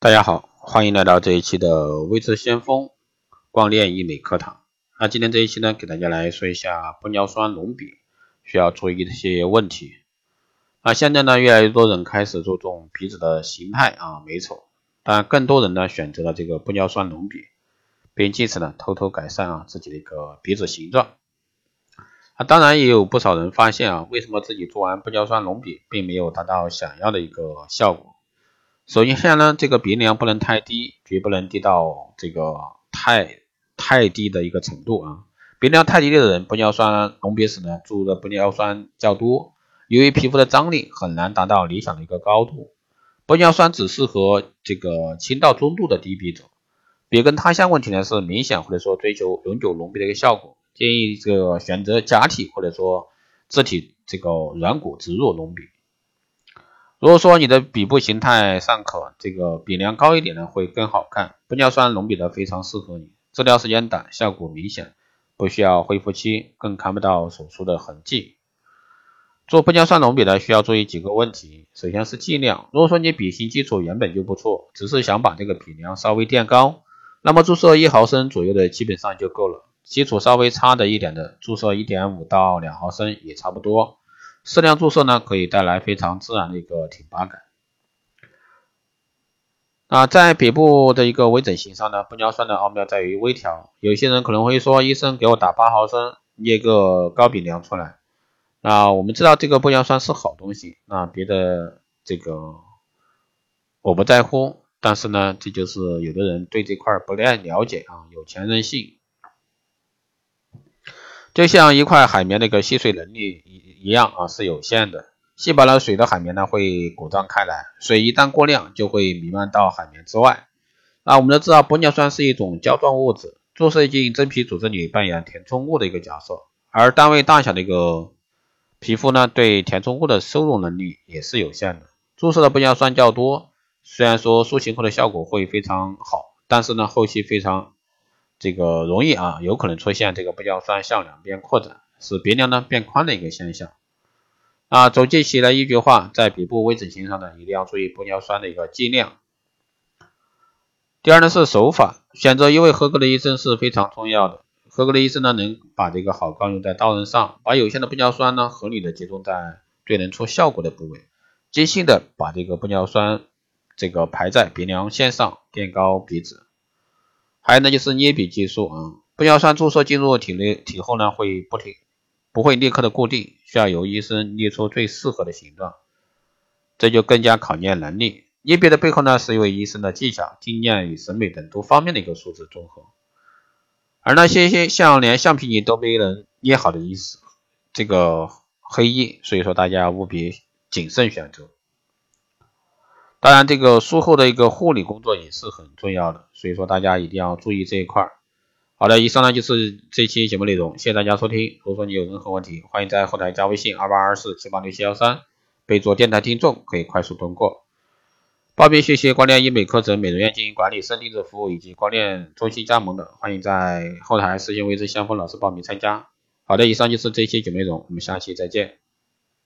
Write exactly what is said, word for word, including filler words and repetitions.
大家好，欢迎来到这一期的微智先锋光电医美课堂。那今天这一期呢，给大家来说一下玻尿酸隆鼻需要注意的一些问题。那现在呢，越来越多人开始注重鼻子的形态啊美丑，但更多人呢选择了这个玻尿酸隆鼻，并借此呢偷偷改善啊自己的一个鼻子形状。啊，当然也有不少人发现啊，为什么自己做完玻尿酸隆鼻并没有达到想要的一个效果。首先呢，这个鼻梁不能太低，绝不能低到这个太太低的一个程度啊。鼻梁太低的人，玻尿酸隆鼻时呢，注入的玻尿酸较多，由于皮肤的张力很难达到理想的一个高度。玻尿酸只适合这个轻到中度的低鼻者。鼻根塌陷问题呢是明显或者说追求永久隆鼻的一个效果，建议这个选择假体或者说自体这个软骨植入隆鼻。如果说你的鼻部形态尚可，这个鼻梁高一点呢会更好看，玻尿酸隆鼻的非常适合你，治疗时间短，效果明显，不需要恢复期，更看不到手术的痕迹。做玻尿酸隆鼻呢需要注意几个问题，首先是剂量，如果说你鼻型基础原本就不错，只是想把这个鼻梁稍微垫高，那么注射一毫升左右的基本上就够了，基础稍微差的一点的，注射 一点五到两毫升也差不多。适量注射呢，可以带来非常自然的一个挺拔感。那在鼻部的一个微整形上呢，玻尿酸的奥妙在于微调。有些人可能会说，医生给我打八毫升，捏个高鼻梁出来。那我们知道这个玻尿酸是好东西，那别的这个我不在乎，但是呢，这就是有的人对这块不太了解啊，有钱任性。就像一块海绵的一个吸水能力一样啊，是有限的。吸饱了水的海绵呢会鼓胀开来，水一旦过量就会弥漫到海绵之外。那我们都知道玻尿酸是一种胶状物质，注射进真皮组织里扮演填充物的一个角色，而单位大小的一个皮肤呢对填充物的收容能力也是有限的。注射的玻尿酸较多，虽然说塑形后的效果会非常好，但是呢后期非常这个容易啊，有可能出现这个玻尿酸向两边扩展，使鼻梁呢变宽的一个现象。啊，总结起来一句话，在鼻部微整形上呢，一定要注意玻尿酸的一个剂量。第二呢是手法，选择一位合格的医生是非常重要的。合格的医生呢，能把这个好钢用在刀刃上，把有限的玻尿酸呢合理的集中在最能出效果的部位，精细的把这个玻尿酸这个排在鼻梁线上，垫高鼻子。还有呢就是捏鼻技术啊，玻尿酸注射进入体内体后呢会不停不会立刻的固定，需要由医生捏出最适合的形状，这就更加考验能力。捏鼻的背后呢是一位医生的技巧、经验与审美等多方面的一个素质综合。而那些像连橡皮泥都没人捏好的医师，这个黑医，所以说大家务必谨慎选择。当然这个术后的一个护理工作也是很重要的，所以说大家一定要注意这一块。好的，以上呢就是这期节目内容，谢谢大家收听。如果说你有任何问题，欢迎在后台加微信二八二四七八六七一三，备注电台听众，可以快速通过。报名学习光电医美课程、美容院经营管理、深定制服务以及光电中心加盟的，欢迎在后台私信微智先锋老师报名参加。好的，以上就是这期节目内容，我们下期再见。